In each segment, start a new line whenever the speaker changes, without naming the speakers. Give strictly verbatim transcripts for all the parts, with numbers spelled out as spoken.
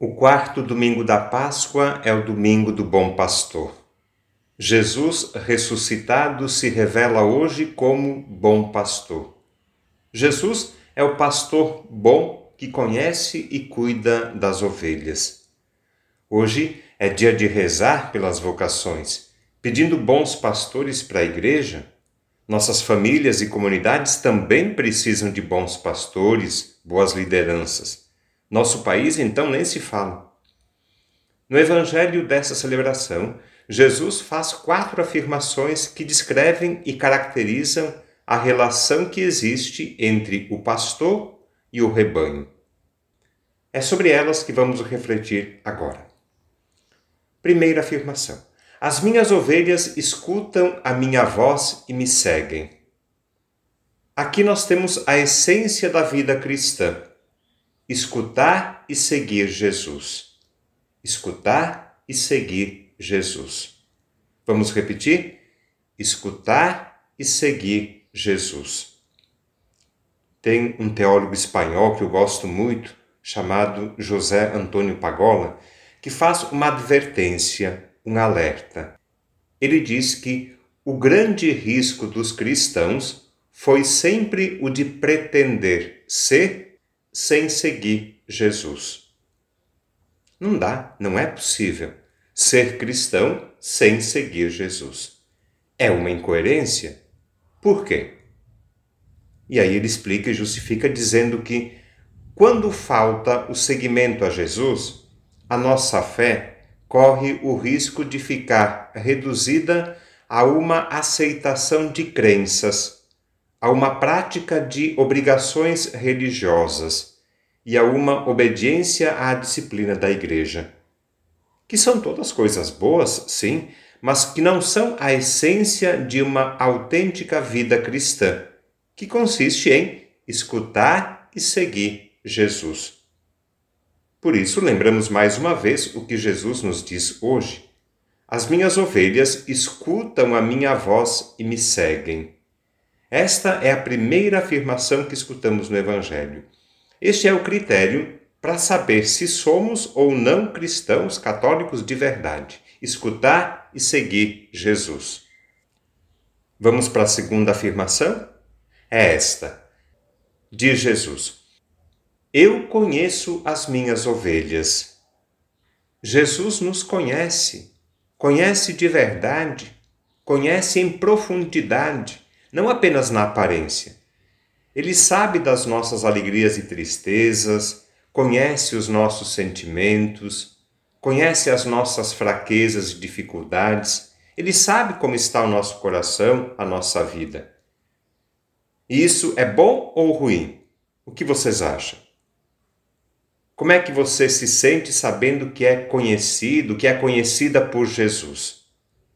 O quarto domingo da Páscoa é o domingo do Bom Pastor. Jesus ressuscitado se revela hoje como Bom Pastor. Jesus é o pastor bom que conhece e cuida das ovelhas. Hoje é dia de rezar pelas vocações, pedindo bons pastores para a igreja. Nossas famílias e comunidades também precisam de bons pastores, boas lideranças. Nosso país, então, nem se fala. No evangelho dessa celebração, Jesus faz quatro afirmações que descrevem e caracterizam a relação que existe entre o pastor e o rebanho. É sobre elas que vamos refletir agora. Primeira afirmação: as minhas ovelhas escutam a minha voz e me seguem. Aqui nós temos a essência da vida cristã: escutar e seguir Jesus. Escutar e seguir Jesus. Vamos repetir? Escutar e seguir Jesus. Tem um teólogo espanhol que eu gosto muito, chamado José Antônio Pagola, que faz uma advertência, um alerta. Ele diz que o grande risco dos cristãos foi sempre o de pretender ser sem seguir Jesus. Não dá, não é possível ser cristão sem seguir Jesus. É uma incoerência. Por quê? E aí ele explica e justifica dizendo que quando falta o seguimento a Jesus, a nossa fé corre o risco de ficar reduzida a uma aceitação de crenças, a uma prática de obrigações religiosas e a uma obediência à disciplina da igreja, que são todas coisas boas, sim, mas que não são a essência de uma autêntica vida cristã, que consiste em escutar e seguir Jesus. Por isso, lembramos mais uma vez o que Jesus nos diz hoje: as minhas ovelhas escutam a minha voz e me seguem. Esta é a primeira afirmação que escutamos no Evangelho. Este é o critério para saber se somos ou não cristãos católicos de verdade: escutar e seguir Jesus. Vamos para a segunda afirmação? É esta. Diz Jesus: eu conheço as minhas ovelhas. Jesus nos conhece, conhece de verdade, conhece em profundidade, não apenas na aparência. Ele sabe das nossas alegrias e tristezas, conhece os nossos sentimentos, conhece as nossas fraquezas e dificuldades. Ele sabe como está o nosso coração, a nossa vida. Isso é bom ou ruim? O que vocês acham? Como é que você se sente sabendo que é conhecido, que é conhecida por Jesus?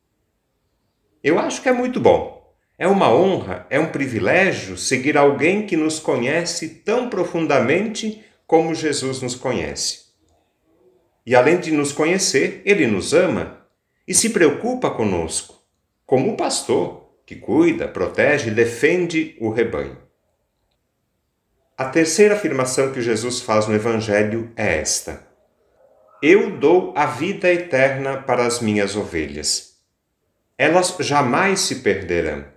Eu acho que é muito bom. É uma honra, é um privilégio seguir alguém que nos conhece tão profundamente como Jesus nos conhece. E além de nos conhecer, ele nos ama e se preocupa conosco, como o pastor que cuida, protege e defende o rebanho. A terceira afirmação que Jesus faz no Evangelho é esta: eu dou a vida eterna para as minhas ovelhas. Elas jamais se perderão.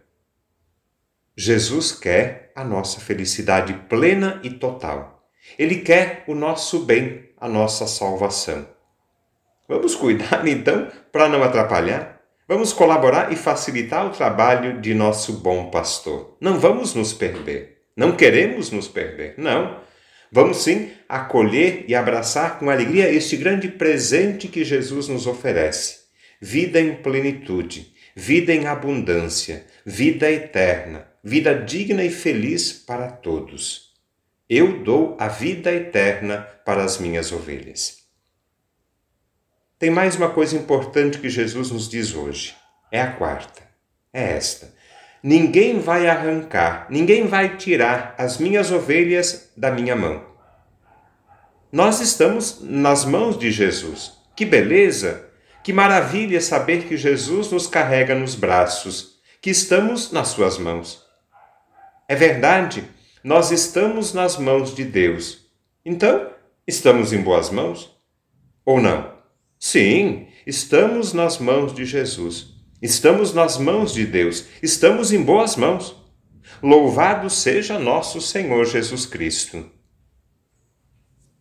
Jesus quer a nossa felicidade plena e total. Ele quer o nosso bem, a nossa salvação. Vamos cuidar, então, para não atrapalhar? Vamos colaborar e facilitar o trabalho de nosso bom pastor. Não vamos nos perder. Não queremos nos perder, não. Vamos sim acolher e abraçar com alegria este grande presente que Jesus nos oferece: vida em plenitude, vida em abundância, vida eterna, vida digna e feliz para todos. Eu dou a vida eterna para as minhas ovelhas. Tem mais uma coisa importante que Jesus nos diz hoje. É a quarta. É esta: ninguém vai arrancar, ninguém vai tirar as minhas ovelhas da minha mão. Nós estamos nas mãos de Jesus. Que beleza! Que maravilha saber que Jesus nos carrega nos braços, que estamos nas suas mãos. É verdade, nós estamos nas mãos de Deus. Então, estamos em boas mãos. Ou não? Sim, estamos nas mãos de Jesus. Estamos nas mãos de Deus. Estamos em boas mãos. Louvado seja nosso Senhor Jesus Cristo.